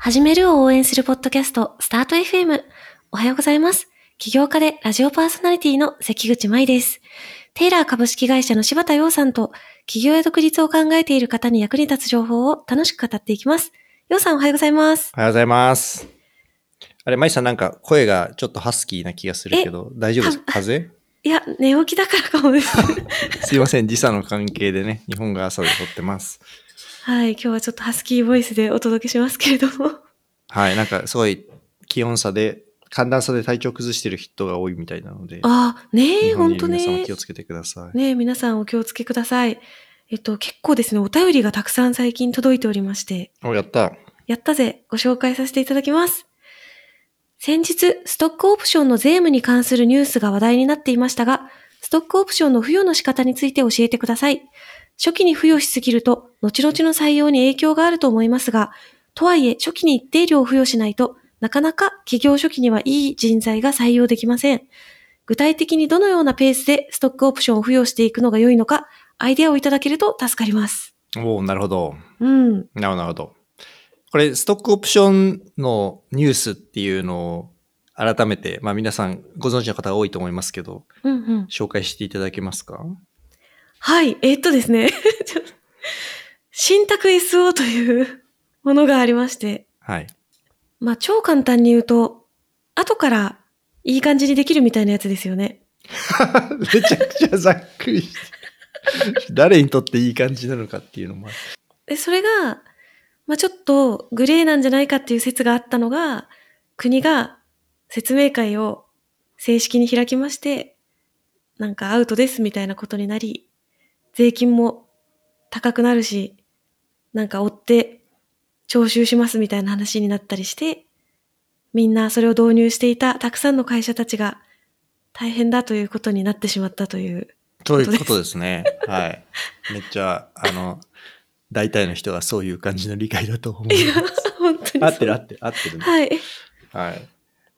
始めるを応援するポッドキャスト、スタート FM。おはようございます。起業家でラジオパーソナリティの関口舞です。テイラー株式会社の柴田洋さんと、起業や独立を考えている方に役に立つ情報を楽しく語っていきます。洋さんおはようございます。 おはようございます。あれ、舞さんなんか声がちょっとハスキーな気がするけど、大丈夫ですか？風邪？ いや、寝起きだからかもです。 すいません、時差の関係でね、日本が朝で撮ってます。 はい、今日はちょっとハスキーボイスでお届けしますけれども。 はい、なんかすごい気温差で、寒暖差で体調崩してる人が多いみたいなので、 ねえ、 日本にいる本当ね。 皆様気をつけてください。 ねえ、皆さんお気をつけください。結構ですね、お便りがたくさん最近届いておりまして。 やった。 やったぜ、ご紹介させていただきます。先日、ストックオプションの税務に関するニュースが話題になっていましたが、ストックオプションの付与の仕方について教えてください。初期に付与しすぎると、後々の採用に影響があると思いますが、とはいえ初期に一定量付与しないとなかなか企業初期にはいい人材が採用できません。具体的にどのようなペースでストックオプションを付与していくのが良いのか、アイデアをいただけると助かります。 なるほど。 なるほど。これ、ストックオプションのニュースっていうのを改めて、皆さんご存知の方が多いと思いますけど、紹介していただけますか？ はい、ですね。信託 SO というものがありまして。 はい。 超簡単に言うと、後からいい感じにできるみたいなやつですよね。 めちゃくちゃざっくりして。誰にとっていい感じなのかっていうのもある。 それが、ちょっとグレーなんじゃないかっていう説があったのが、国が説明会を正式に開きまして、なんかアウトですみたいなことになり、税金も高くなるし、なんか追って徴収しますみたいな話になったりして、みんなそれを導入していたたくさんの会社たちが大変だということになってしまったというそういうことですね。はい。めっちゃ、大体の人がそういう感じの理解だと思います。いや、 本当に合ってる、ね。 はい。 はい。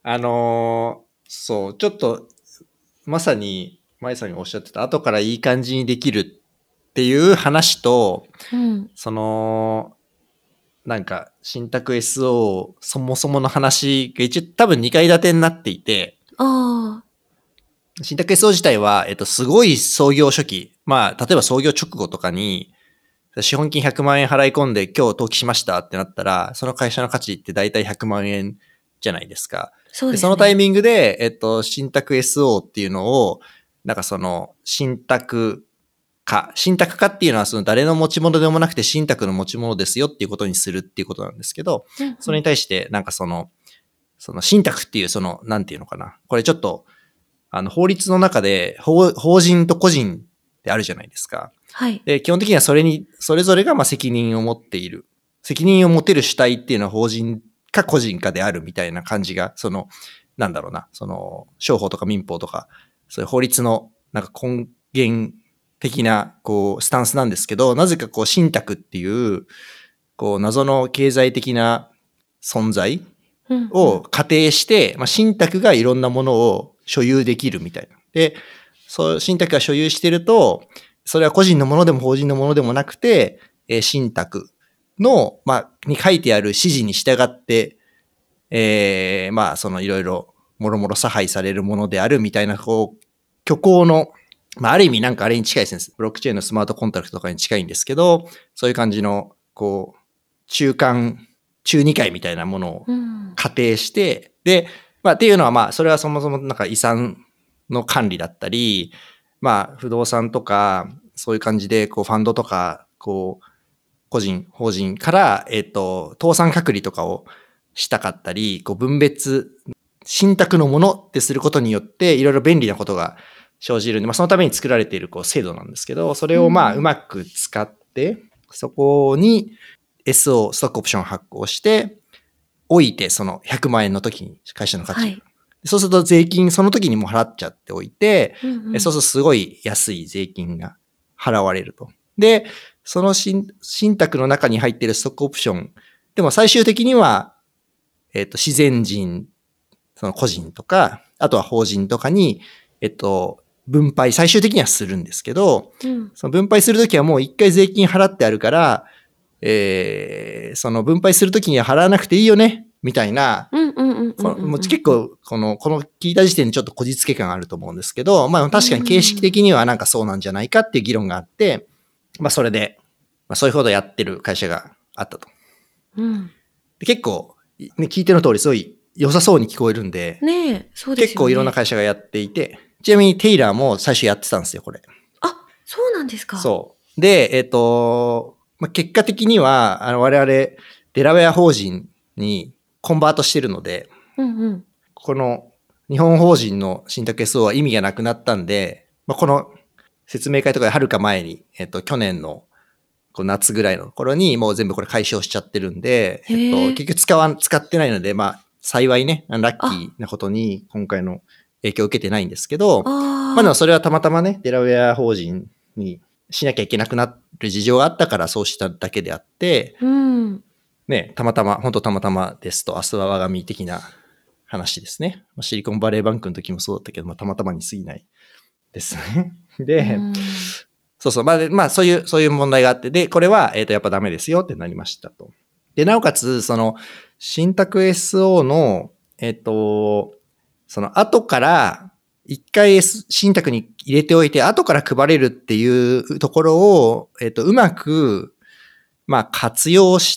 そう、ちょっと、まさに、舞さんがおっしゃってた、後からいい感じにできるっていう話と、なんか、信託 SO そもそもの話が一応多分2階建てになっていて、信託 SO 自体は、すごい創業初期、例えば創業直後とかに、資本金100万円払い込んで今日登記しましたってなったら、その会社の価値って大体100万円じゃないですか。 そうですね。 そのタイミングで、信託 SO っていうのを、なんか信託化っていうのは誰の持ち物でもなくて信託の持ち物ですよっていうことにするっていうことなんですけど、それに対して、なんかその信託っていうなんていうのかな。これちょっと、法律の中で法人と個人ってあるじゃないですか。 はい。 で、基本的にはそれぞれが責任を持っている。責任を持てる主体っていうのは法人か個人かであるみたいな感じが、なんだろうな、商法とか民法とか、そういう法律のなんか根源的な、スタンスなんですけど、なぜか信託っていう、謎の経済的な存在を仮定して、信託がいろんなものを所有できるみたいな。で、信託が所有してると、それは個人のものでも法人のものでもなくて、信託の、に書いてある指示に従って、いろいろ、もろもろ差配されるものであるみたいな、虚構の、ある意味なんかあれに近いですね。ブロックチェーンのスマートコントラクトとかに近いんですけど、そういう感じの、中二階みたいなものを仮定して、で、っていうのはそれはそもそもなんか遺産の管理だったり、不動産とか、そういう感じで、ファンドとか、個人、法人から、倒産隔離とかをしたかったり、分別、信託のものってすることによって、いろいろ便利なことが生じるんで、そのために作られている制度なんですけど、それをうまく使って、そこに SO、ストックオプションを発行して、置いて、その100万円の時に会社の価値。はい、そうすると税金その時にも払っちゃっておいて、そうするとすごい安い税金が払われると。で、その信託の中に入っているストックオプション、でも最終的には、自然人、その個人とか、あとは法人とかに、分配、最終的にはするんですけど、その分配するときはもう一回税金払ってあるから、 その分配するときには払わなくていいよね、みたいな、もう結構、この聞いた時点でちょっとこじつけ感があると思うんですけど、まあ確かに形式的にはなんかそうなんじゃないかっていう議論があって、まあそれで、まあそういうことをやってる会社があったと。で結構、ね、聞いての通りすごい良さそうに聞こえるんで、 ねえ、そうですよね。 結構いろんな会社がやっていて、ちなみにテイラーも最初やってたんですよ、これ。 あ、そうなんですか。 そう。で、まあ、結果的には、我々、デラウェア法人にコンバートしてるので、この日本法人の信託 SO は意味がなくなったんで、まあ、この説明会とかではるか前に、去年のこう夏ぐらいの頃にもう全部これ解消しちゃってるんで、結局使ってないので、まあ、幸いね、ラッキーなことに今回の影響を受けてないんですけど、まあでもそれはたまたまね、デラウェア法人にしなきゃいけなくなる事情があったからそうしただけであって、ね、本当たまたまですと、明日は我が身的な話ですね。シリコンバレーバンクの時もそうだったけど、まあたまたまに過ぎないですね。で、そうそう、まあそういう問題があって、で、これは、やっぱダメですよってなりましたと。で、なおかつ、その、信託 SO の、その後から、一回信託に入れておいて、後から配れるっていうところを、うまく、まあ、活用して、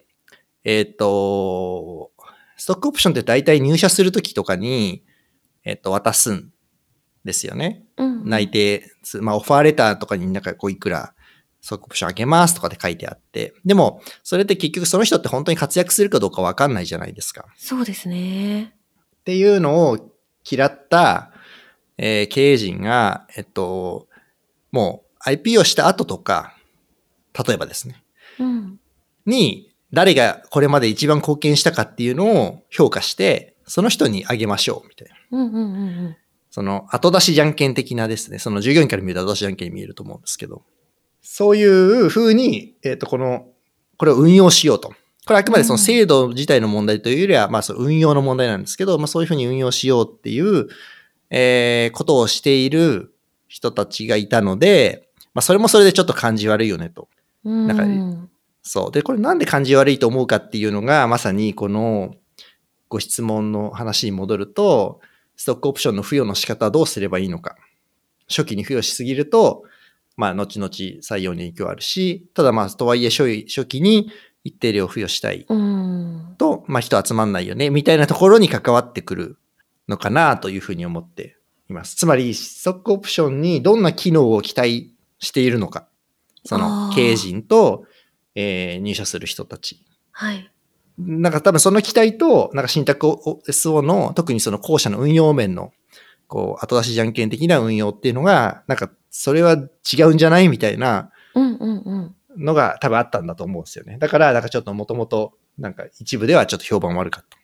ストックオプションって大体入社するときとかに、渡すんですよね。内定、まあ、オファーレターとかになんかこういくら、ストックオプションあげますとかって書いてあって。でも、それって結局その人って本当に活躍するかどうかわかんないじゃないですか。 そうですね。 っていうのを嫌った、経営陣が、もう IP をした後とか、例えばですね。に、誰がこれまで一番貢献したかっていうのを評価して、その人にあげましょう、みたいな。その後出しじゃんけん的なですね。その従業員から見ると後出しじゃんけんに見えると思うんですけど。そういう風に、これを運用しようと。これはあくまでその制度自体の問題というよりは、まあその運用の問題なんですけど、まあそういう風に運用しようっていう、ことをしている人たちがいたので、まあそれもそれでちょっと感じ悪いよねと。なんか、そう。で、これなんで感じ悪いと思うかっていうのが、まさにこのご質問の話に戻ると、ストックオプションの付与の仕方はどうすればいいのか。初期に付与しすぎると、まあ、後々採用に影響あるし、ただまあ、とはいえ初期に一定量付与したいと、まあ、人集まんないよね、みたいなところに関わってくるのかなというふうに思っています。つまり、ストックオプションにどんな機能を期待しているのか。その、経営陣と、入社する人たち。 はい。 なんか多分その期待と、なんか信託 SO の、特にその後者の運用面の、こう、後出しじゃんけん的な運用っていうのが、なんか、それは違うんじゃないみたいな、のが多分あったんだと思うんですよね。だから、なんかちょっともともと、なんか一部ではちょっと評判悪かった。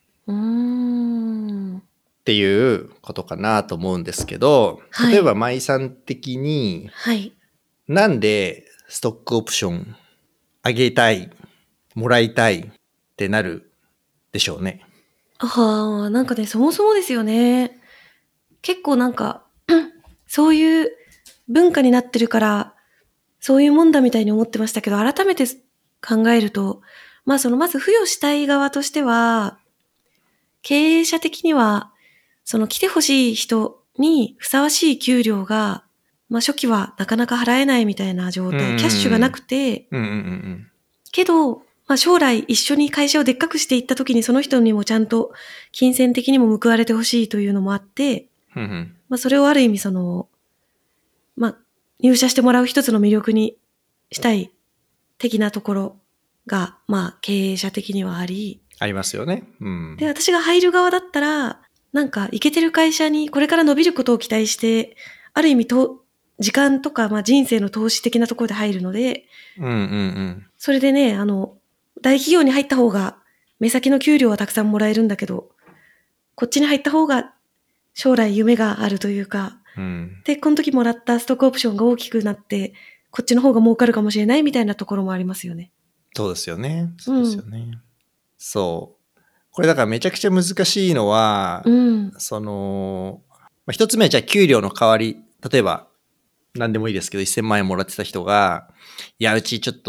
っていうことかなと思うんですけど、例えば舞さん的に、なんでストックオプションあげたい、もらいたいってなるでしょうね。 なんかね、そもそもですよね。結構なんか、そういう文化になってるから、そういうもんだみたいに思ってましたけど、改めて考えると、まず付与したい側としては、経営者的には、その来てほしい人にふさわしい給料が、まあ初期はなかなか払えないみたいな状態、キャッシュがなくて、けど、まあ将来一緒に会社をでっかくしていった時にその人にもちゃんと金銭的にも報われてほしいというのもあって、まあそれをある意味まあ入社してもらう一つの魅力にしたい的なところが、まあ経営者的にはあり。 ありますよね。 で、私が入る側だったら、なんかイケてる会社にこれから伸びることを期待して、ある意味時間とか、まあ人生の投資的なところで入るので、それでね、大企業に入った方が目先の給料はたくさんもらえるんだけど、こっちに入った方が将来夢があるというか、で、この時もらったストックオプションが大きくなって、こっちの方が儲かるかもしれないみたいなところもありますよね。 そうですよね。そうですよね。そう。これだからめちゃくちゃ難しいのは、その、まあ、一つ目はじゃあ給料の代わり、例えば何でもいいですけど1000万円もらってた人が、いや、うちちょっと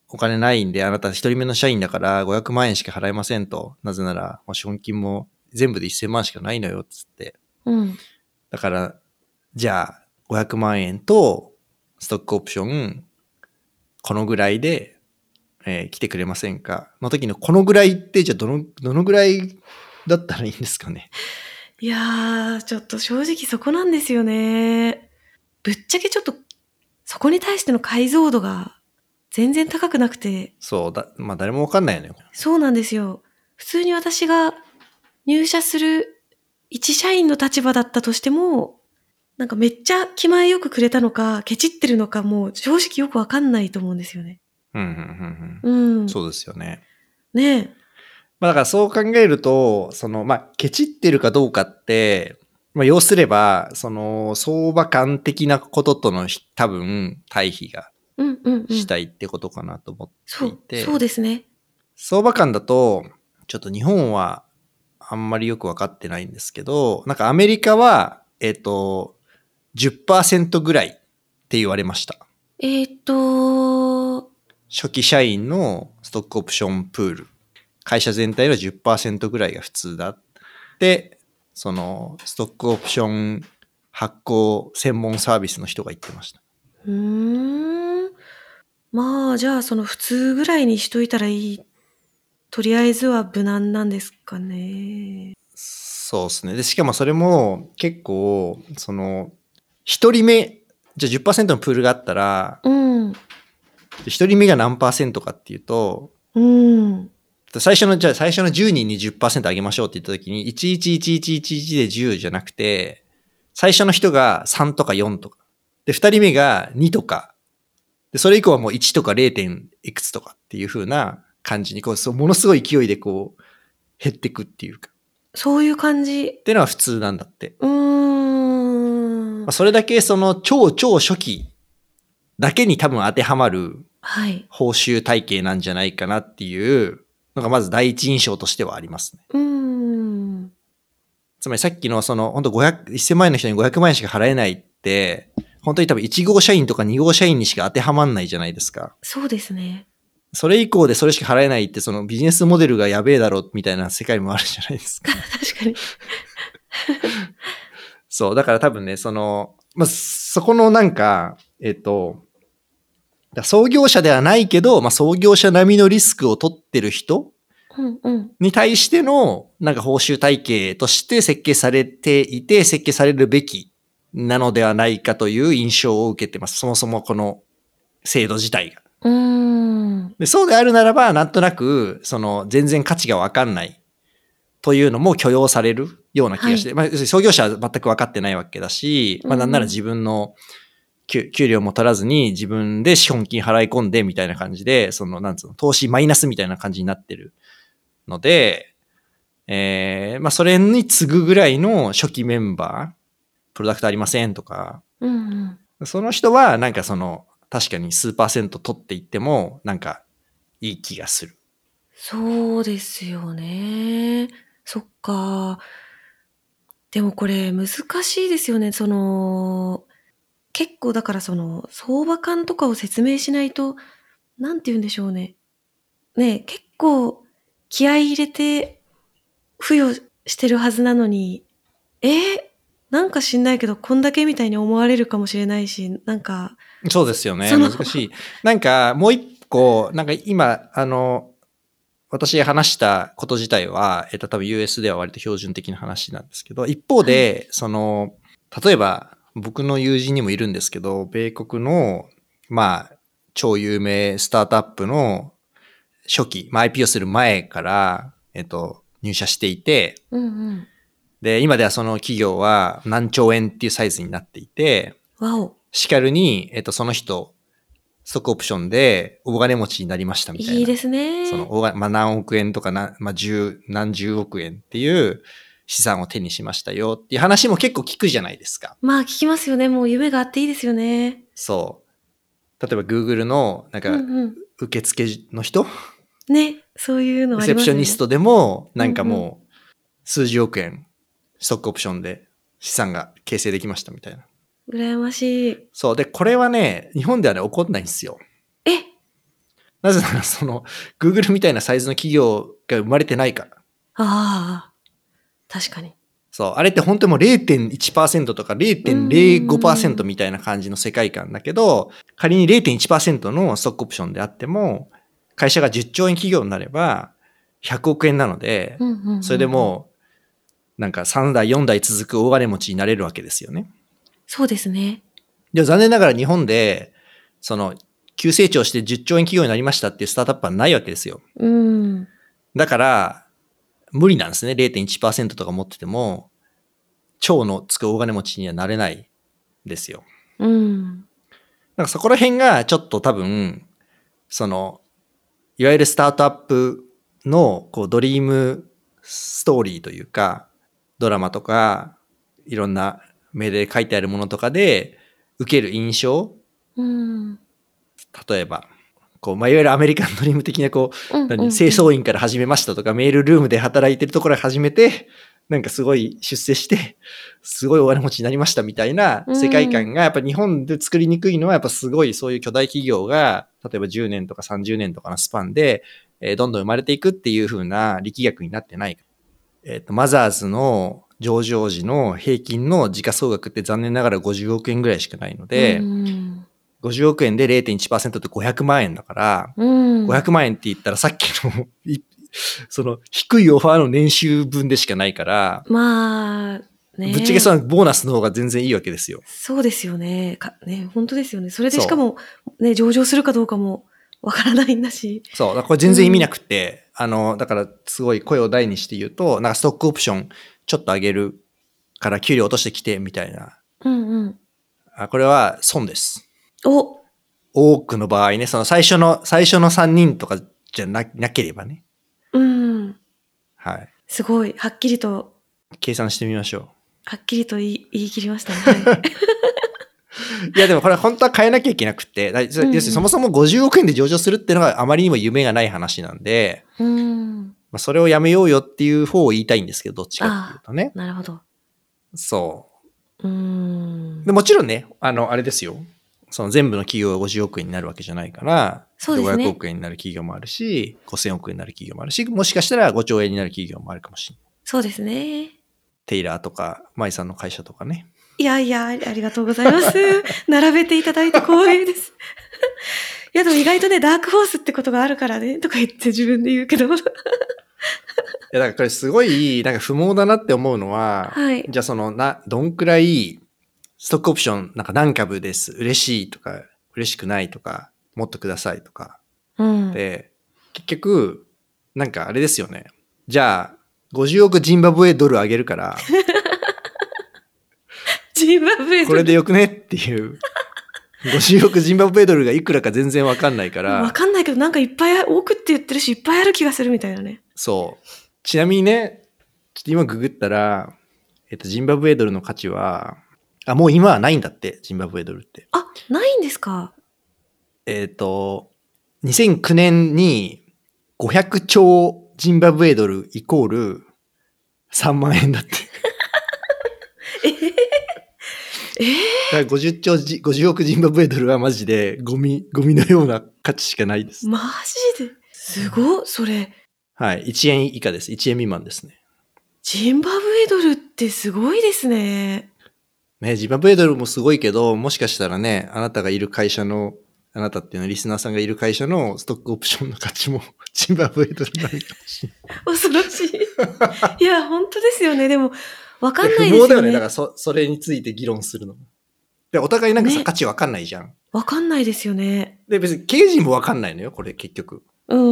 お金ないんで、あなた一人目の社員だから500万円しか払えませんと。なぜなら、資本金も全部で1000万しかないのよ、つって。 うん。 だから、じゃあ、500万円とストックオプション、このぐらいで、来てくれませんかの時のこのぐらいって、じゃあどのぐらいだったらいいんですかね。 いやー、ちょっと正直そこなんですよね。ぶっちゃけちょっと、そこに対しての解像度が全然高くなくて。 そうだ、まあ誰もわかんないよね。 そうなんですよ。普通に私が入社する一社員の立場だったとしても、なんかめっちゃ気前よくくれたのか、ケチってるのかもう正直よくわかんないと思うんですよね。 そうですよね。 ねえ。 まあだからそう考えると、まあ、ケチってるかどうかって、まあ要すれば、相場感的なこととの多分、対比がしたいってことかなと思っていて。 そうですね。 相場感だと、ちょっと日本はあんまりよくわかってないんですけど、なんかアメリカは、10% ぐらいって言われました。初期社員のストックオプションプール。会社全体の 10% ぐらいが普通だ。で、ストックオプション発行専門サービスの人が言ってました。 まあ、じゃあ普通ぐらいにしといたらいい。とりあえずは無難なんですかね。 そうですね。で、しかもそれも結構、一人目、じゃあ 10% のプールがあったら、一人目が何%かっていうと、最初の10人に 10% あげましょうって言った時に、111111で10じゃなくて、最初の人が3とか4とか。で、二人目が2とか。で、それ以降はもう1とか 0. いくつとかっていう風な感じに、ものすごい勢いで減ってくっていうか。 そういう感じ。 っていうのは普通なんだって。それだけ超初期だけに多分当てはまる報酬体系なんじゃないかなっていうのがまず第一印象としてはありますね。つまりさっきの本当1000万円の人に500万円しか払えないって、本当に多分1号社員とか2号社員にしか当てはまんないじゃないですか。 そうですね。 それ以降でそれしか払えないってビジネスモデルがやべえだろみたいな世界もあるじゃないですか。 確かに。 そう、だから多分ね、まあ、そこのなんか、創業者ではないけど、まあ、創業者並みのリスクを取ってる人に対しての、なんか報酬体系として設計されていて、設計されるべきなのではないかという印象を受けてます。そもそもこの制度自体が。でそうであるならば、なんとなく、全然価値がわかんないというのも許容されるような気がして、まあ、要するに創業者は全く分かってないわけだし、まあ、なんなら自分の給料も取らずに自分で資本金払い込んでみたいな感じで、なんつうの、投資マイナスみたいな感じになってるので、まあ、それに次ぐぐらいの初期メンバー、プロダクトありませんとか、その人はなんか確かに数%取っていっても、なんかいい気がする。 そうですよね。そっか。でもこれ難しいですよね。結構だから相場感とかを説明しないと、なんて言うんでしょうね。ね、結構気合い入れて付与してるはずなのに、なんか知んないけど、こんだけみたいに思われるかもしれないし、なんか。 そうですよね。難しい。なんかもう一個、なんか今、私が話したこと自体は、多分 US では割と標準的な話なんですけど、一方で、例えば、僕の友人にもいるんですけど、米国の、まあ、超有名スタートアップの初期、まあ、IPO する前から、入社していて、で、今ではその企業は何兆円っていうサイズになっていて、しかるに、その人、ストックオプションで大金持ちになりましたみたいな。 いいですね。 まあ、何億円とかまあ、何十億円っていう資産を手にしましたよっていう話も結構聞くじゃないですか。 まあ聞きますよね。もう夢があっていいですよね。 そう。例えば Google のなんか受付の人、 ね、そういうのありますね。 レセプショニストでもなんかもう数十億円ストックオプションで資産が形成できましたみたいな。 羨ましい。 そう。で、これはね、日本ではね、起こんないんですよ。 なぜならGoogle みたいなサイズの企業が生まれてないから。 ああ、確かに。 そう。あれって本当にもう 0.1% とか 0.05% みたいな感じの世界観だけど、仮に 0.1% のストックオプションであっても、会社が10兆円企業になれば100億円なので、それでもうなんか3代4代続く大金持ちになれるわけですよね。 そうですね。 でも残念ながら日本で、急成長して10兆円企業になりましたっていうスタートアップはないわけですよ。だから、無理なんですね。0.1% とか持ってても、超のつく大金持ちにはなれないんですよ。なんかそこら辺がちょっと多分、いわゆるスタートアップのドリームストーリーというか、ドラマとか、いろんな目で書いてあるものとかで受ける印象、例えば、いわゆるアメリカンドリーム的な清掃員から始めましたとか、メールルームで働いてるところから始めて、なんかすごい出世して、すごいお金持ちになりましたみたいな世界観がやっぱ日本で作りにくいのはやっぱすごいそういう巨大企業が、例えば10年とか30年とかのスパンで、どんどん生まれていくっていう風な力学になってない。マザーズの上場時の平均の時価総額って残念ながら50億円ぐらいしかないので、50億円で 0.1% って500万円だから、500万円って言ったらさっきの低いオファーの年収分でしかないから、 まあ、ね。 ぶっちゃけボーナスの方が全然いいわけですよ。 そうですよね。本当ですよね。それでしかも、ね、上場するかどうかもわからないんだし。 そう。だからこれ全然意味なくて、だからすごい声を大にして言うと、なんかストックオプションちょっと上げるから給料落としてきてみたいな。これは損です。多くの場合ね、最初の3人とかじゃなければね。はい。 すごい、はっきりと。 計算してみましょう。 はっきりと言い切りましたね。はい、 いやでもこれ本当は変えなきゃいけなくて、要するにそもそも50億円で上場するっていうのがあまりにも夢がない話なんで、それをやめようよっていう方を言いたいんですけど、どっちかっていうとね。 なるほど。 そう。でもちろんね、あれですよ。全部の企業が50億円になるわけじゃないから、 そうですね、 500億円になる企業もあるし、5000億円になる企業もあるし、もしかしたら5兆円になる企業もあるかもしれない。 そうですね。 テイラーとか、マイさんの会社とかね。 いや、ありがとうございます。並べていただいて光栄です。いや、でも意外とね、ダークホースってことがあるからね、とか言って自分で言うけど。いや、 だからこれすごい、なんか不毛だなって思うのは、じゃあどんくらい、ストックオプション、なんか何株です、嬉しいとか、嬉しくないとか、もっとくださいとか。で、結局、なんかあれですよね。じゃあ、50億ジンバブエドルあげるから、 ジンバブエドルこれでよくねっていう。50億ジンバブエドルがいくらか全然わかんないから。 わかんないけど、なんかいっぱい多くって言ってるし、いっぱいある気がするみたいなね。 そう。ちなみにね、ちょっと今ググったら、ジンバブエドルの価値は、もう今はないんだって、ジンバブエドルって。 ないんですか ？2009年に500兆ジンバブエドルイコール3万円だって。だから50億ジンバブエドルはマジでゴミのような価値しかないです。 マジで？すごっ、それ。 はい。1円以下です。1円未満ですね。 ジンバブエドルってすごいですね。 ね、ジンバブエドルもすごいけど、もしかしたらね、あなたがいる会社の、あなたっていうのはリスナーさんがいる会社のストックオプションの価値もジンバブエドルになるかもしれない。 恐ろしい。いや、本当ですよね。でも、わかんないですよね。 不毛だよね。だからそれについて議論するの。で、お互いなんか価値わかんないじゃん。 わかんないですよね。 で、別に経営陣もわかんないのよ、これ結局。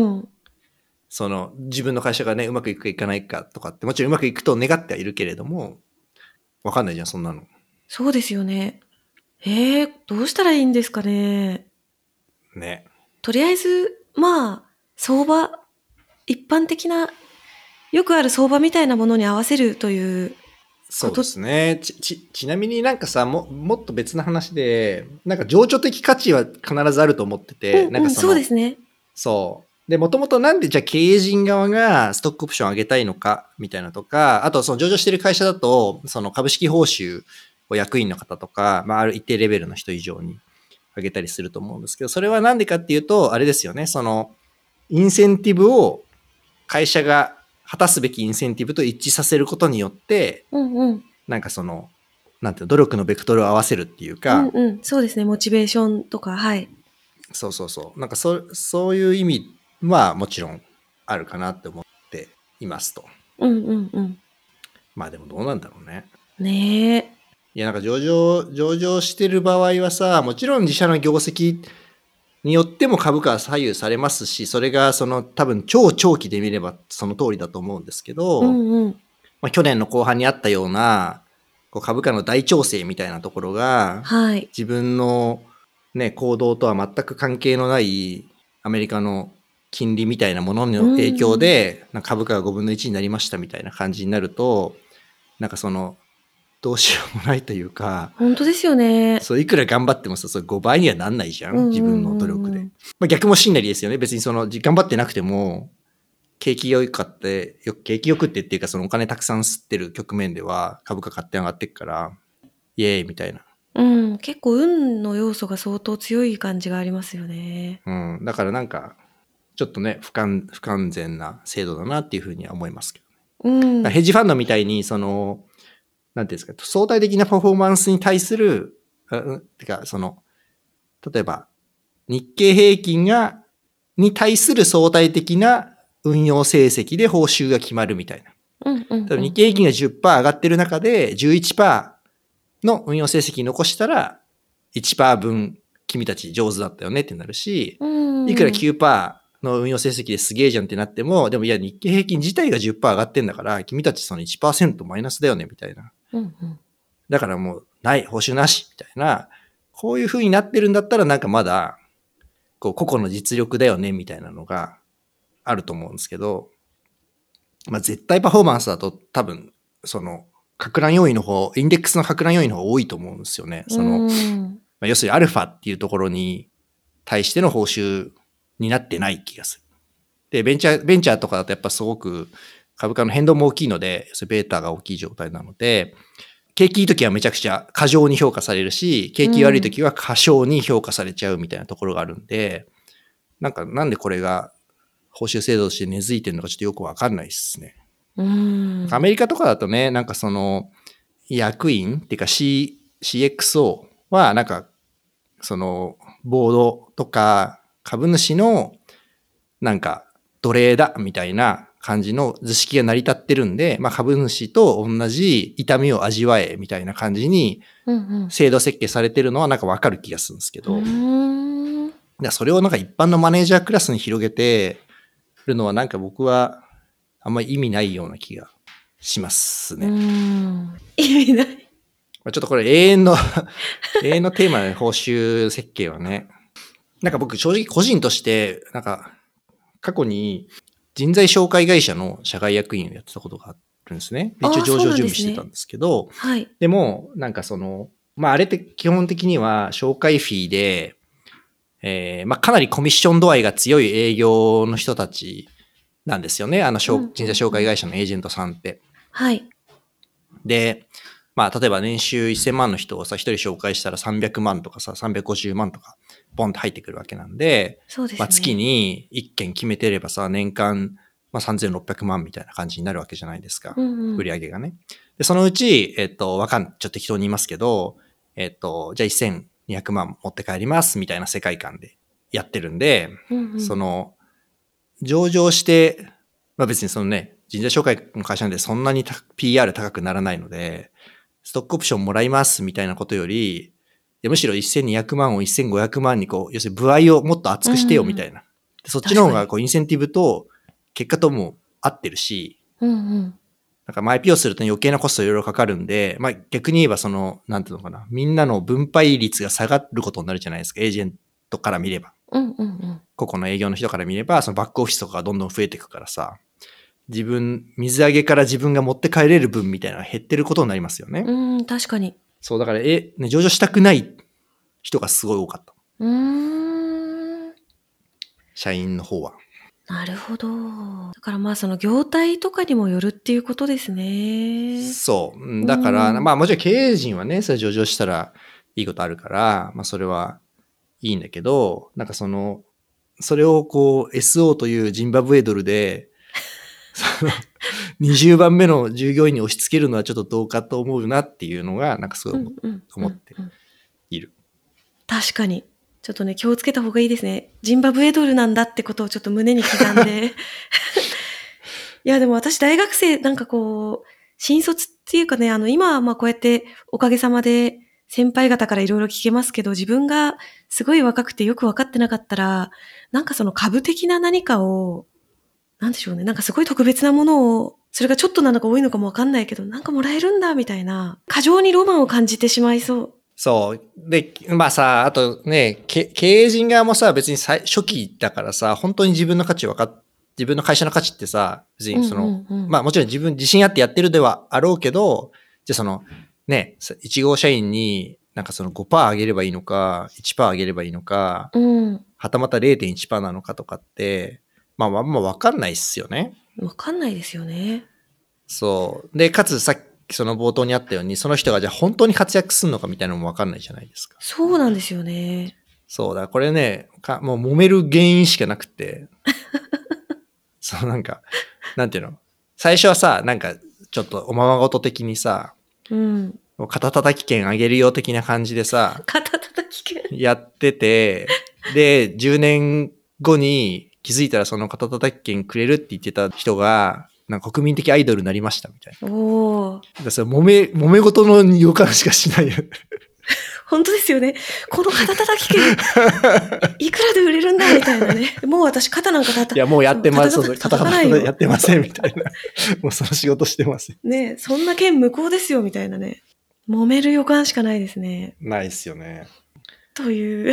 自分の会社がね、うまくいくかいかないかとかって、もちろんうまくいくと願ってはいるけれども、わかんないじゃん、そんなの。 そうですよね。どうしたらいいんですかね。 ね。 とりあえず、相場、一般的な、よくある相場みたいなものに合わせるというそうですね。ちなみになんかさ、もっと別の話で、なんか情緒的価値は必ずあると思ってて、なんかそうですね。 そう。で、もともとなんでじゃあ経営陣側がストックオプション上げたいのか、みたいなとか、あと上場してる会社だと、株式報酬を役員の方とか、ある一定レベルの人以上に挙げたりすると思うんですけど、それはなんでかっていうと、あれですよね、その、インセンティブを会社が果たすべきインセンティブと一致させることによって、 うんうん。 なんかその、なんていうの、努力のベクトルを合わせるっていうか、 うんうん。そうですね。モチベーションとか、はい。 そうそうそう。なんかそういう意味はもちろんあるかなって思っていますと。 うんうんうん。 まあでもどうなんだろうね。 ねえ。 いやなんか上場してる場合はさ、もちろん自社の業績によっても株価は左右されますし、それがその多分超長期で見ればその通りだと思うんですけど、 うんうん。 まあ、去年の後半にあったようなこう株価の大調整みたいなところが、 はい。 自分の、ね、行動とは全く関係のないアメリカの金利みたいなものの影響で、なんか株価が5分の1になりましたみたいな感じになると、なんかその、どうしようもないというか、 本当ですよね。 そういくら頑張ってもさ、それ5倍にはなんないじゃん、自分の努力で。まあ、逆もしんなりですよね。別にその、頑張ってなくても、景気良くってっていうか、そのお金たくさん吸ってる局面では株価勝手に上がってくから、イエーイみたいな。 うん、結構運の要素が相当強い感じがありますよね。 うん。だからなんか、ちょっとね、不完全な制度だなっていうふうには思いますけど。 うん。 ヘッジファンドみたいに、その、なんていうんですか、相対的なパフォーマンスに対する、てか、その、例えば、日経平均に対する相対的な運用成績で報酬が決まるみたいな。 うんうん、うん。 日経平均が 10% 上がってる中で 11% の運用成績残したら 1% 分君たち上手だったよねってなるし、いくら 9% の運用成績ですげえじゃんってなっても、でもいや日経平均自体が 10% 上がってんだから君たちその 1% マイナスだよねみたいな。 うんうん、 だからもうない、報酬なしみたいな、こういう風になってるんだったらなんかまだこう個々の実力だよねみたいなのがあると思うんですけど、まあ絶対パフォーマンスだと多分その撹乱要因の方、インデックスの撹乱要因の方が多いと思うんですよね。その、まあ、要するにアルファっていうところに対しての報酬になってない気がする。で、ベンチャーとかだとやっぱすごく株価の変動も大きいので、ベータが大きい状態なので、景気いい時はめちゃくちゃ過剰に評価されるし、景気悪い時は過小に評価されちゃうみたいなところがあるんで、なんでこれが報酬制度として根付いてるのかちょっとよくわかんないですね。アメリカとかだとね、なんかその役員っていうか CXO はなんかそのボードとか株主のなんか奴隷だみたいな感じの図式が成り立ってるんで、まあ株主と同じ痛みを味わえみたいな感じに制度設計されてるのはなんかわかる気がするんですけど、それをなんか一般のマネージャークラスに広げてるのはなんか僕はあんまり意味ないような気がしますね。 意味ない。 ちょっとこれ永遠のテーマで報酬設計はね。なんか僕正直個人としてなんか過去に人材紹介会社の社外役員をやってたことがあるんですね。一応上場準備してたんですけど、 はい。 でもなんかその、まああれって基本的には紹介フィーで、まあかなりコミッション度合いが強い営業の人たちなんですよね。人材紹介会社のエージェントさんって。 はい。 で、まあ、例えば年収1000万の人をさ、一人紹介したら300万とかさ、350万とか、ボンって入ってくるわけなんで、 そうですね。 まあ、月に1件決めてればさ、年間、まあ、3600万みたいな感じになるわけじゃないですか。売り上げがね。で、そのうち、ちょっと適当に言いますけど、じゃあ1200万持って帰りますみたいな世界観でやってるんで、その、上場して、まあ別にそのね、人材紹介の会社なんでそんなに PR 高くならないので、ストックオプションもらいますみたいなことより、むしろ1200万を1500万にこう、要するに部合をもっと厚くしてよみたいな。そっちの方がこう、インセンティブと結果とも合ってるし、なんか前 IPO すると余計なコストいろいろかかるんで、まあ逆に言えばその、なんていうのかな、みんなの分配率が下がることになるじゃないですか、エージェントから見れば。個々の営業の人から見れば、そのバックオフィスとかがどんどん増えていくからさ、水揚げから自分が持って帰れる分みたいなのが減ってることになりますよね。 確かに。 そう、だから、ね、上場したくない人がすごい多かった。社員の方は。 なるほど。だからまあその業態とかにもよるっていうことですね。 そう。だから、まあもちろん経営陣はね、それ上場したらいいことあるから、まあそれはいいんだけど、なんかそれをこう SO というジンバブエドルで、20番目の従業員に押し付けるのはちょっとどうかと思うなっていうのが、なんかすごい思っている。 確かに。ちょっとね、気をつけた方がいいですね。ジンバブエドルなんだってことをちょっと胸に刻んで。いや、でも私大学生、なんかこう、新卒っていうかね、今はまあこうやっておかげさまで先輩方からいろいろ聞けますけど、自分がすごい若くてよく分かってなかったら、なんかその株的な何かを、なんでしょうね、なんかすごい特別なものを、それがちょっとなのか多いのかも分かんないけど、なんかもらえるんだみたいな、過剰にロマンを感じてしまいそう。 そう。で、まあさ、あとね、経営陣側もさ、別に初期だからさ、本当に自分の会社の価値ってさ、別にまあもちろん自信あってやってるではあろうけど、じゃあね、1号社員になんか5% 上げればいいのか、1% 上げればいいのか、はたまた 0.1% なのかとかって、まああんま分かんないっすよね。 分かんないですよね。 そう。で、かつさっき冒頭にあったように、その人がじゃあ本当に活躍するのかみたいなのも分かんないじゃないですか。 そうなんですよね。 そうだ、これね、もう揉める原因しかなくて、なんか、なんていうの、最初はさ、なんかちょっとおままごと的にさ、肩叩き券あげるよ的な感じでさ、 肩叩き券やってて、で、10年後に気づいたらその肩叩き券くれるって言ってた人が、なんか国民的アイドルになりましたみたいな。 おー。 だそれ揉め事の予感しかしないよ。 本当ですよね。この肩叩き券、いくらで売れるんだみたいなね。もう私肩なんかいや、もうやってます。 叩かないよ。 やってませんみたいな。もうその仕事してます。 ね、そんな券無効ですよみたいなね。揉める予感しかないですね。 ないっすよね。 という。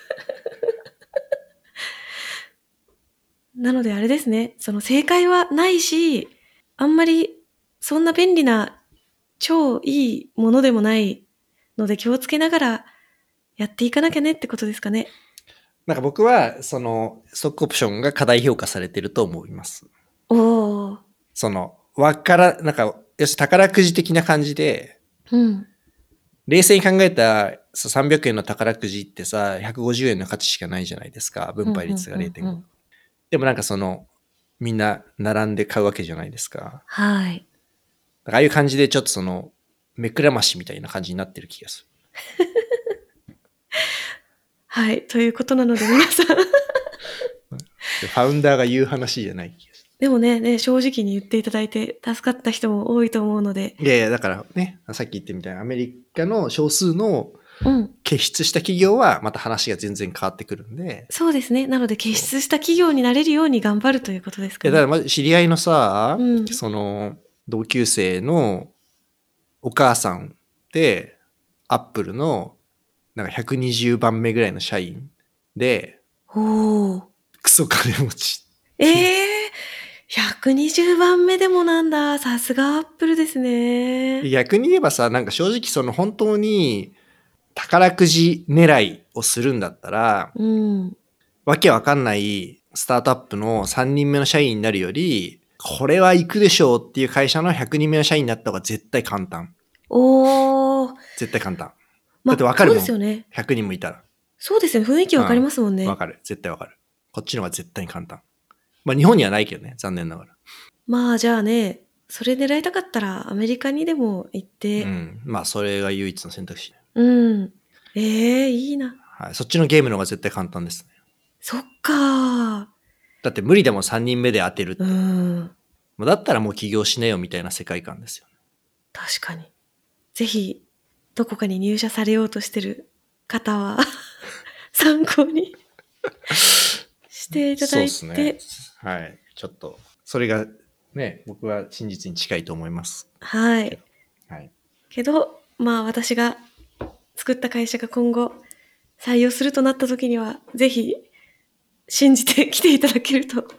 なのであれですね。正解はないし、あんまりそんな便利な超いいものでもないので気をつけながらやっていかなきゃねってことですかね。 なんか僕は、ストックオプションが過大評価されてると思います。 おー。 なんか、要するに宝くじ的な感じで、冷静に考えた300円の宝くじってさ、150円の価値しかないじゃないですか。分配率が 0.5。でもなんかみんな並んで買うわけじゃないですか。 はい。 ああいう感じでちょっと目くらましみたいな感じになってる気がする。 はい。ということなので皆さん。ファウンダーが言う話じゃない気がする。 でもね、正直に言っていただいて助かった人も多いと思うので。 いや、だからね、さっき言ってみたいなアメリカの少数の傑出した企業はまた話が全然変わってくるんで。 そうですね。なので傑出した企業になれるように頑張るということですかね。 だからまず知り合いのさ、同級生のお母さんで、アップルのなんか120番目ぐらいの社員で、クソ金持ち。 120番目でもなんだ。さすがアップルですね。 逆に言えばさ、なんか正直本当に宝くじ狙いをするんだったら、わけわかんないスタートアップの3人目の社員になるより、これは行くでしょうっていう会社の100人目の社員になった方が絶対簡単。絶対簡単。だってわかるもん。そうですよね。100人もいたら。 そうですよね。雰囲気わかりますもんね。 わかる。絶対わかる。こっちの方が絶対に簡単。まあ日本にはないけどね。残念ながら。 まあじゃあね、それ狙いたかったらアメリカにでも行って。 まあそれが唯一の選択肢。 いいな。 はい。そっちのゲームの方が絶対簡単ですね。 そっか。 だって無理でも3人目で当てるって。だったらもう起業しねよみたいな世界観ですよ。 確かに。ぜひ、どこかに入社されようとしてる方は、参考にしていただいて。そうですね。はい。ちょっと、それがね、僕は真実に近いと思います。 はい。けど、まあ私が作った会社が今後採用するとなった時には、ぜひ信じて来ていただけると。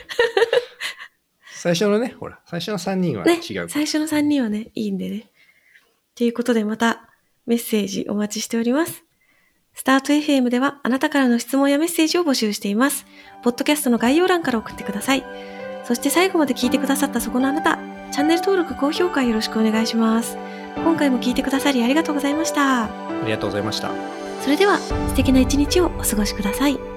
最初のね、ほら、最初の3人は違う。 最初の3人はね、いいんでね。ということでまたメッセージお待ちしております。スタート FM ではあなたからの質問やメッセージを募集しています。ポッドキャストの概要欄から送ってください。そして最後まで聞いてくださったそこのあなた、チャンネル登録、高評価よろしくお願いします。今回も聞いてくださりありがとうございました。 ありがとうございました。 それでは素敵な一日をお過ごしください。